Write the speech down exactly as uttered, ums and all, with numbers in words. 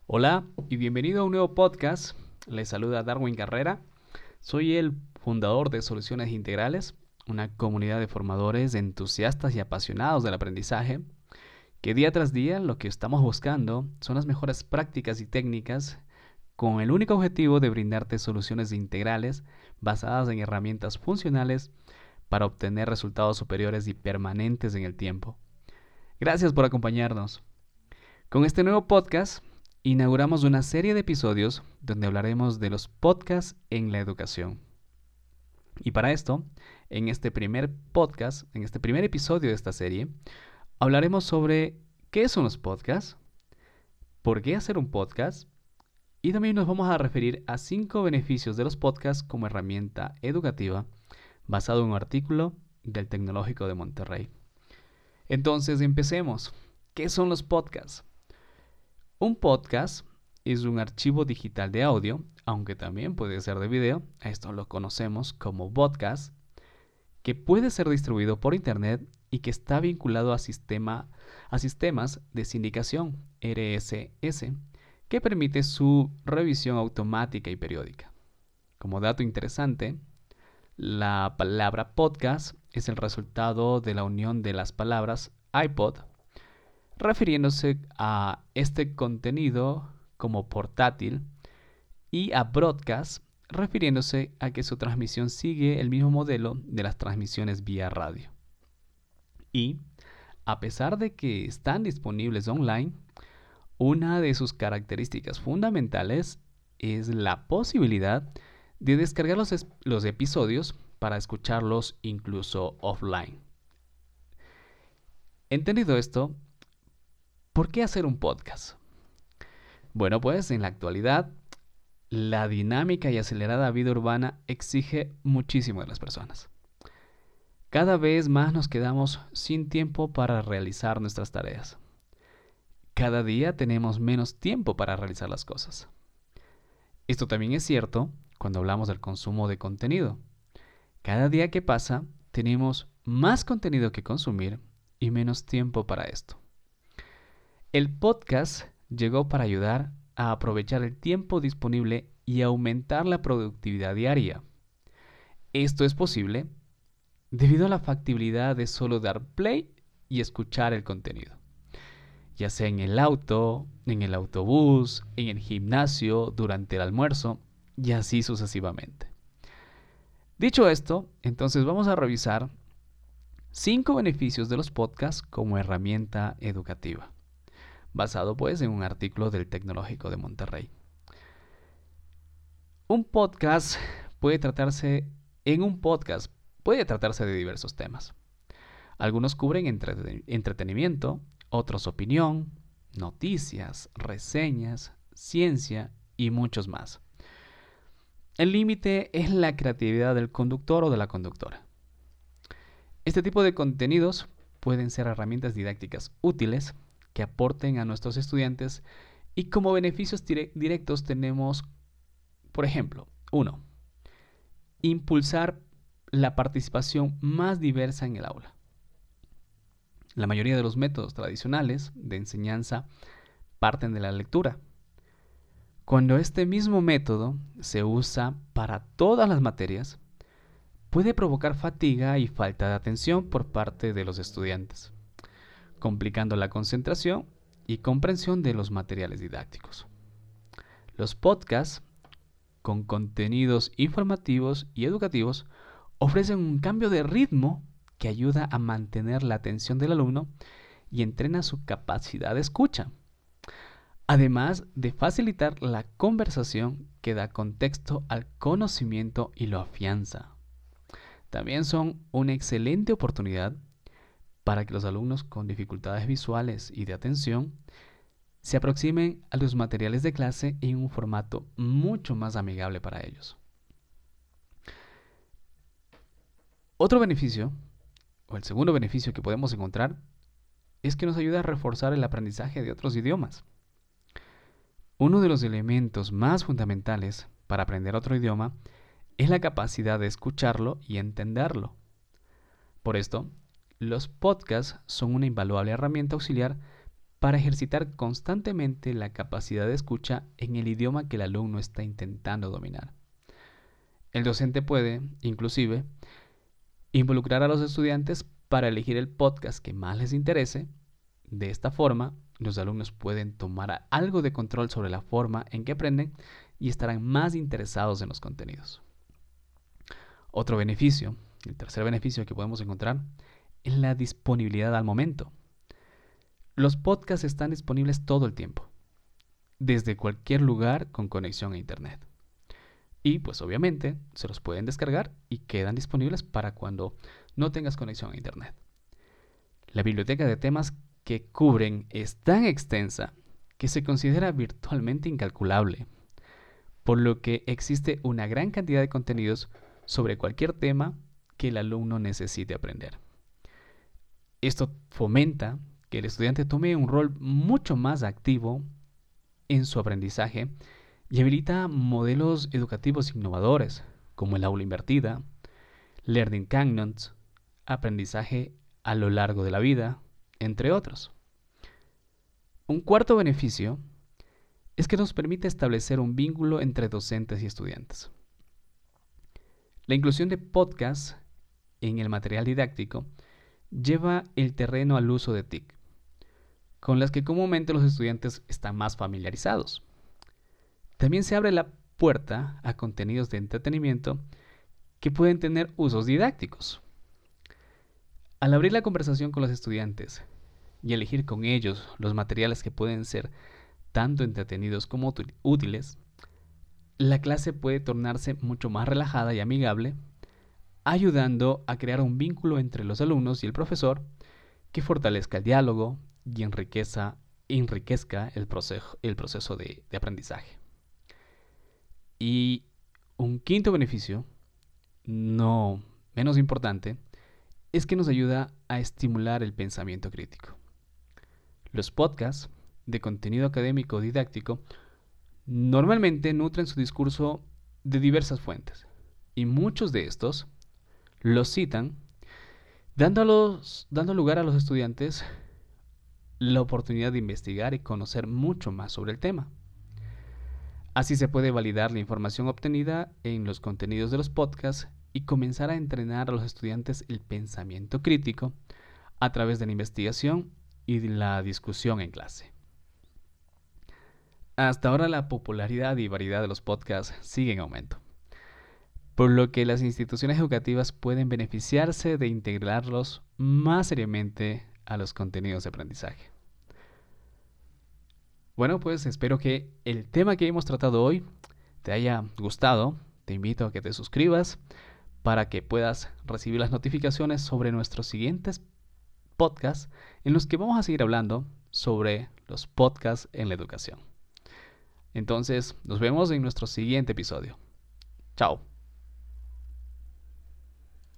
Hola y bienvenido a un nuevo podcast. Les saluda Darwin Carrera. Soy el fundador de Soluciones Integrales, una comunidad de formadores, entusiastas y apasionados del aprendizaje, que día tras día lo que estamos buscando son las mejores prácticas y técnicas con el único objetivo de brindarte soluciones integrales basadas en herramientas funcionales para obtener resultados superiores y permanentes en el tiempo. Gracias por acompañarnos. Con este nuevo podcast inauguramos una serie de episodios donde hablaremos de los podcasts en la educación. Y para esto, en este primer podcast, en este primer episodio de esta serie, hablaremos sobre qué son los podcasts, por qué hacer un podcast, y también nos vamos a referir a cinco beneficios de los podcasts como herramienta educativa basado en un artículo del Tecnológico de Monterrey. Entonces, empecemos. ¿Qué son los podcasts? Un podcast es un archivo digital de audio, aunque también puede ser de video, esto lo conocemos como podcast, que puede ser distribuido por internet y que está vinculado a, sistema, a sistemas de sindicación R S S, que permite su revisión automática y periódica. Como dato interesante, la palabra podcast es el resultado de la unión de las palabras iPod, refiriéndose a este contenido como portátil, y a broadcast, refiriéndose a que su transmisión sigue el mismo modelo de las transmisiones vía radio. Y, a pesar de que están disponibles online, una de sus características fundamentales es la posibilidad de descargar los, es- los episodios para escucharlos incluso offline. Entendido esto, ¿por qué hacer un podcast? Bueno, pues en la actualidad, la dinámica y acelerada vida urbana exige muchísimo de las personas. Cada vez más nos quedamos sin tiempo para realizar nuestras tareas. Cada día tenemos menos tiempo para realizar las cosas. Esto también es cierto cuando hablamos del consumo de contenido. Cada día que pasa, tenemos más contenido que consumir y menos tiempo para esto. El podcast llegó para ayudar a aprovechar el tiempo disponible y aumentar la productividad diaria. Esto es posible debido a la factibilidad de solo dar play y escuchar el contenido, ya sea en el auto, en el autobús, en el gimnasio, durante el almuerzo y así sucesivamente. Dicho esto, entonces vamos a revisar cinco beneficios de los podcasts como herramienta educativa, basado pues en un artículo del Tecnológico de Monterrey. Un podcast puede tratarse, en un podcast puede tratarse de diversos temas. Algunos cubren entreten- entretenimiento, otros opinión, noticias, reseñas, ciencia y muchos más. El límite es la creatividad del conductor o de la conductora. Este tipo de contenidos pueden ser herramientas didácticas útiles que aporten a nuestros estudiantes y como beneficios dire- directos tenemos, por ejemplo, uno, impulsar la participación más diversa en el aula. La mayoría de los métodos tradicionales de enseñanza parten de la lectura. Cuando este mismo método se usa para todas las materias, puede provocar fatiga y falta de atención por parte de los estudiantes, complicando la concentración y comprensión de los materiales didácticos. Los podcasts, con contenidos informativos y educativos, ofrecen un cambio de ritmo que ayuda a mantener la atención del alumno y entrena su capacidad de escucha, además de facilitar la conversación que da contexto al conocimiento y lo afianza. También son una excelente oportunidad para que los alumnos con dificultades visuales y de atención se aproximen a los materiales de clase en un formato mucho más amigable para ellos. Otro beneficio, o el segundo beneficio que podemos encontrar, es que nos ayuda a reforzar el aprendizaje de otros idiomas. Uno de los elementos más fundamentales para aprender otro idioma es la capacidad de escucharlo y entenderlo. Por esto, los podcasts son una invaluable herramienta auxiliar para ejercitar constantemente la capacidad de escucha en el idioma que el alumno está intentando dominar. El docente puede, inclusive, involucrar a los estudiantes para elegir el podcast que más les interese. De esta forma, los alumnos pueden tomar algo de control sobre la forma en que aprenden y estarán más interesados en los contenidos. Otro beneficio, el tercer beneficio que podemos encontrar, es la disponibilidad al momento. Los podcasts están disponibles todo el tiempo, desde cualquier lugar con conexión a internet. Y pues obviamente se los pueden descargar y quedan disponibles para cuando no tengas conexión a internet. La biblioteca de temas que cubren es tan extensa que se considera virtualmente incalculable, por lo que existe una gran cantidad de contenidos sobre cualquier tema que el alumno necesite aprender. Esto fomenta que el estudiante tome un rol mucho más activo en su aprendizaje y habilita modelos educativos innovadores como el aula invertida, learning canyons, aprendizaje a lo largo de la vida, entre otros. Un cuarto beneficio es que nos permite establecer un vínculo entre docentes y estudiantes. La inclusión de podcasts en el material didáctico lleva el terreno al uso de T I C, con las que comúnmente los estudiantes están más familiarizados. También se abre la puerta a contenidos de entretenimiento que pueden tener usos didácticos. Al abrir la conversación con los estudiantes y elegir con ellos los materiales que pueden ser tanto entretenidos como útiles, la clase puede tornarse mucho más relajada y amigable, ayudando a crear un vínculo entre los alumnos y el profesor que fortalezca el diálogo y enriqueza, enriquezca el proceso, el proceso de, de aprendizaje. Y un quinto beneficio, no menos importante, es que nos ayuda a estimular el pensamiento crítico. Los podcasts de contenido académico didáctico normalmente nutren su discurso de diversas fuentes, y muchos de estos los citan, dando, a los, dando lugar a los estudiantes la oportunidad de investigar y conocer mucho más sobre el tema. Así se puede validar la información obtenida en los contenidos de los podcasts y comenzar a entrenar a los estudiantes el pensamiento crítico a través de la investigación y de la discusión en clase. Hasta ahora la popularidad y variedad de los podcasts sigue en aumento, por lo que las instituciones educativas pueden beneficiarse de integrarlos más seriamente a los contenidos de aprendizaje. Bueno, pues espero que el tema que hemos tratado hoy te haya gustado. Te invito a que te suscribas para que puedas recibir las notificaciones sobre nuestros siguientes podcasts en los que vamos a seguir hablando sobre los podcasts en la educación. Entonces, nos vemos en nuestro siguiente episodio. Chao.